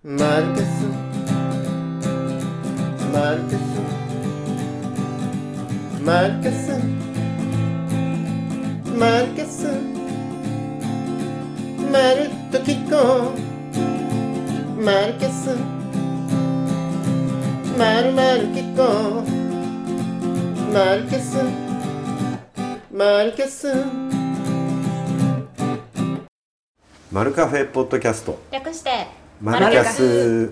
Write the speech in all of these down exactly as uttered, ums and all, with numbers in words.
マルケスマルケスマルケスマルケスまるっと聞こうマルケスまるまる聞こうマルケスマルケスマルカフェポッドキャスト略してマルキャス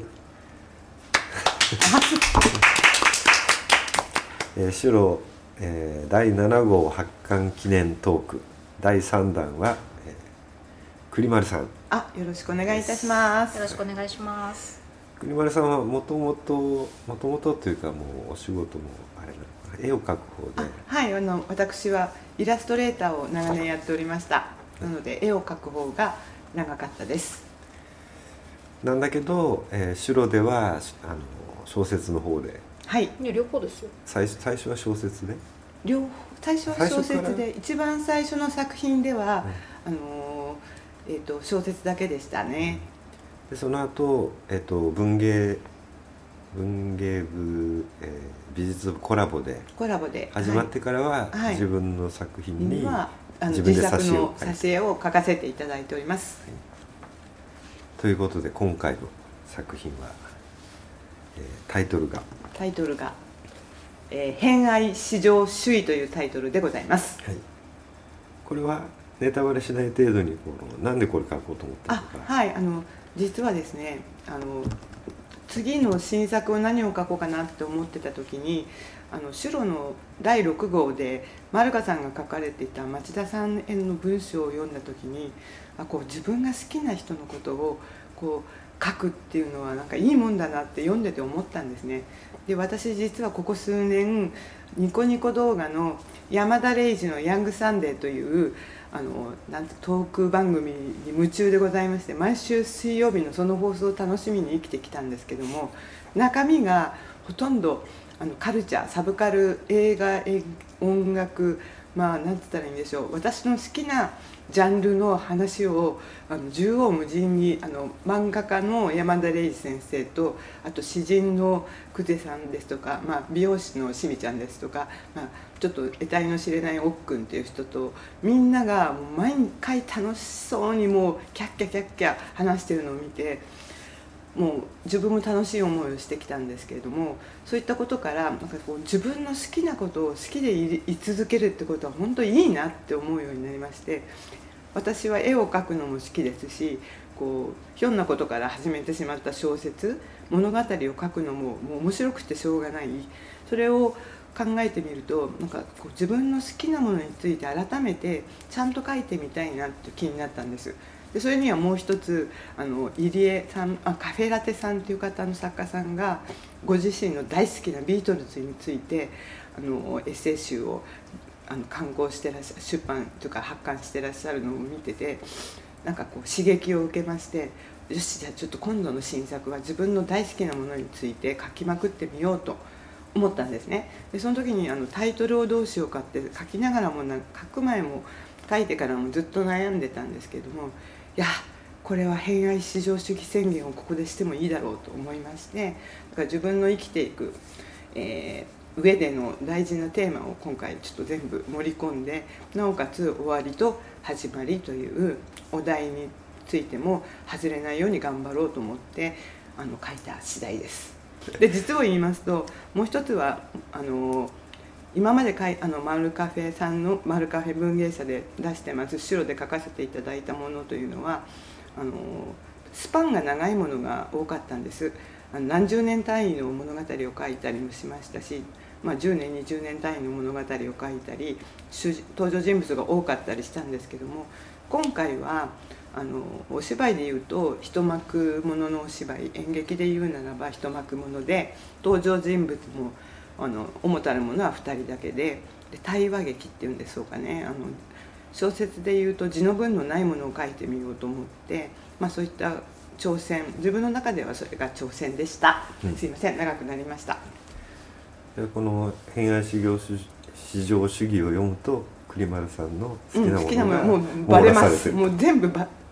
えー、シュロ、えー、だいなな号発刊記念トークだいさん弾は、えー、栗丸さん、 あ、よろしくお願いいたします。 よろしくお願いします。 栗丸さんはもともともともとというかもうお仕事もあれなのか絵を描く方で、 はい、あの私はイラストレーターを長年やっておりました。なので絵を描く方が長かったです。 なんだけど、えー、シュロではあの小説の方で、 はい、 いや両方ですよ。 最初最初は小説で、 両方最初は小説で、一番最初の作品では、うん、あのえー、と小説だけでしたね。 でその後、えー、と文芸文芸部、えー、美術部コラボでコラボで始まってからは、はい、自分の作品に、はい、自分で自作の挿絵を描かせていただいております。はい、 ということで今回の作品は、えー、タイトルがタイトルが、えー、偏愛至上主義というタイトルでございます。はい、 これはネタバレしない程度にこのなんでこれ書こうと思ったのか。 あ、はい、あの実はですね、あの次の新作を何を書こうかなって思ってた時に、あのシュロのだいろく号でマルカさんが書かれていた町田さんへの文章を読んだ時に、あ、こう自分が好きな人のことをこう書くっていうのはなんかいいもんだなって読んでて思ったんですね。で、私実はここ数年ニコニコ動画の山田礼二のヤングサンデーというあのなんてトーク番組に夢中でございまして、毎週水曜日のその放送を楽しみに生きてきたんですけども、中身がほとんどあのカルチャー、サブカル、映画、音楽、まあなんて言ったらいいんでしょう、私の好きなジャンルの話をあの縦横無尽に、あの漫画家の山田礼二先生と、あと詩人の久世さんですとか、まあ、美容師のしみちゃんですとか、まあ、ちょっと得体の知れないおっくんっていう人と、みんながもう毎回楽しそうにもうキャッキャキャッキャ話してるのを見て、もう自分も楽しい思いをしてきたんですけれども、そういったことからなんかこう自分の好きなことを好きでい続けるってことは本当にいいなって思うようになりまして、私は絵を描くのも好きですし、こうひょんなことから始めてしまった小説、物語を書くのももう面白くてしょうがない。それを考えてみると、なんかこう自分の好きなものについて改めてちゃんと書いてみたいなって気になったんです。でそれにはもう一つ、あの入江さん、あカフェラテさんという方の作家さんがご自身の大好きなビートルズについてあのエッセイ集をあの刊行してらっしゃる、出版というか発刊してらっしゃるのを見てて、なんかこう刺激を受けまして、よし、じゃあちょっと今度の新作は自分の大好きなものについて書きまくってみようと思ったんですね。でその時にあのタイトルをどうしようかって書きながらもな書く前も書いてからもずっと悩んでたんですけども、いやこれは偏愛至上主義宣言をここでしてもいいだろうと思いまして、だから自分の生きていく、えー、上での大事なテーマを今回ちょっと全部盛り込んで、なおかつ終わりと始まりというお題についても外れないように頑張ろうと思ってあの書いた次第です。で実を言いますと、もう一つはあの今までかいあのマルカフェさんのマルカフェ文芸社で出してます白で書かせていただいたものというのは、あのスパンが長いものが多かったんです。あの何十年単位の物語を書いたりもしましたし、まあ、じゅうねんにじゅうねん単位の物語を書いたり登場人物が多かったりしたんですけども、今回はあのお芝居でいうと一幕もののお芝居、演劇でいうならば一幕もので、登場人物もあの主たるものはふたりだけ で, で対話劇っていうんでしょうかね、あの小説でいうと字の文のないものを書いてみようと思って、まあ、そういった挑戦、自分の中ではそれが挑戦でした、うん、すいません長くなりました。 でこの偏愛至上主義を読むと栗丸さんの好きなものがもうバレます。もう全部ば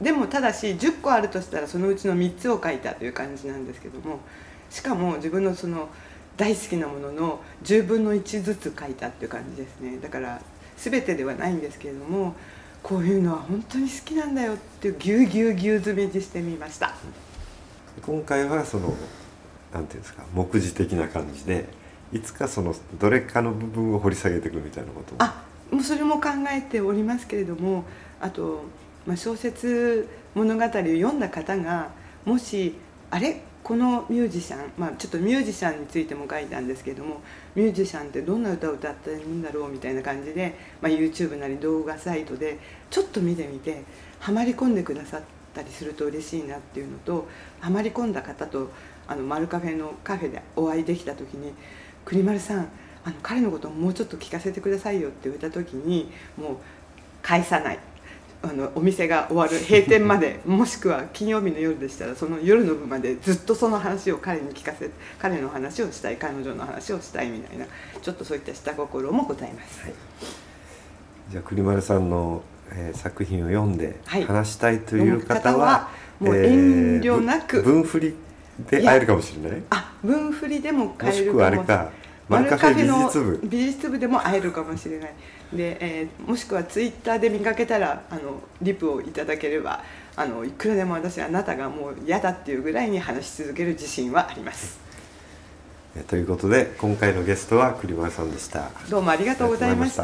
でもただしじゅっこあるとしたらそのうちのみっつを書いたという感じなんですけども、しかも自分のその大好きなもののじゅうぶんのいちずつ書いたっていう感じですね。だから全てではないんですけれども、こういうのは本当に好きなんだよっていうぎゅうぎゅうぎゅう詰めにしてみました。 今回はそのなんていうんですか、目次的な感じでいつかそのどれかの部分を掘り下げていくみたいなことも。 あ、もうそれも考えておりますけれども、あと、まあ、小説物語を読んだ方がもしあれこのミュージシャン、まあ、ちょっとミュージシャンについても書いたんですけども、ミュージシャンってどんな歌を歌ってるんだろうみたいな感じで、まあ、YouTube なり動画サイトでちょっと見てみてハマり込んでくださったりすると嬉しいなっていうのと、ハマり込んだ方とあのマルカフェのカフェでお会いできた時に、国丸さんあの彼のことをもうちょっと聞かせてくださいよって言われた時に、もう返さない、あのお店が終わる閉店までもしくは金曜日の夜でしたらその夜の分までずっとその話を彼に聞かせ、彼の話をしたい、彼女の話をしたいみたいな、ちょっとそういった下心もございます、はい、 じゃあ栗丸さんの、えー、作品を読んではい話したいという方は、 もう遠慮なく、 えー、文振りで会えるかもしれない。 あ、文振りでも買えるかも。 もしくはあれかマルカフェ美術部美術部でも会えるかもしれないで、えー、もしくはツイッターで見かけたらあのリプをいただければ、あのいくらでも私あなたがもう嫌だっていうぐらいに話し続ける自信はあります。 ということで今回のゲストは栗丸さんでした。 どうもありがとうございました。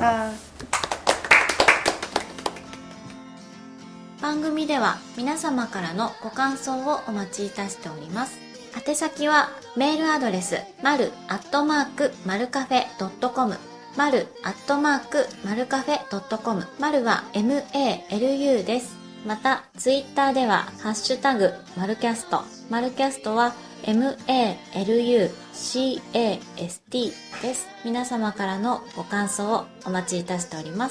番組では皆様からのご感想をお待ちいたしております。宛先はメールアドレスマルアットマークマルカフェドットコム、マルアットマークマルカフェドットコム、マルは エムエーエルユー です。またツイッターではハッシュタグマルキャスト、マルキャストは エムエーエルユーシーエーエスティー です。皆様からのご感想をお待ちいたしております。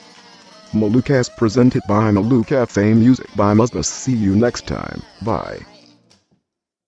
Malucast presented by Malucafe Music by Musmus. See you next time. Bye.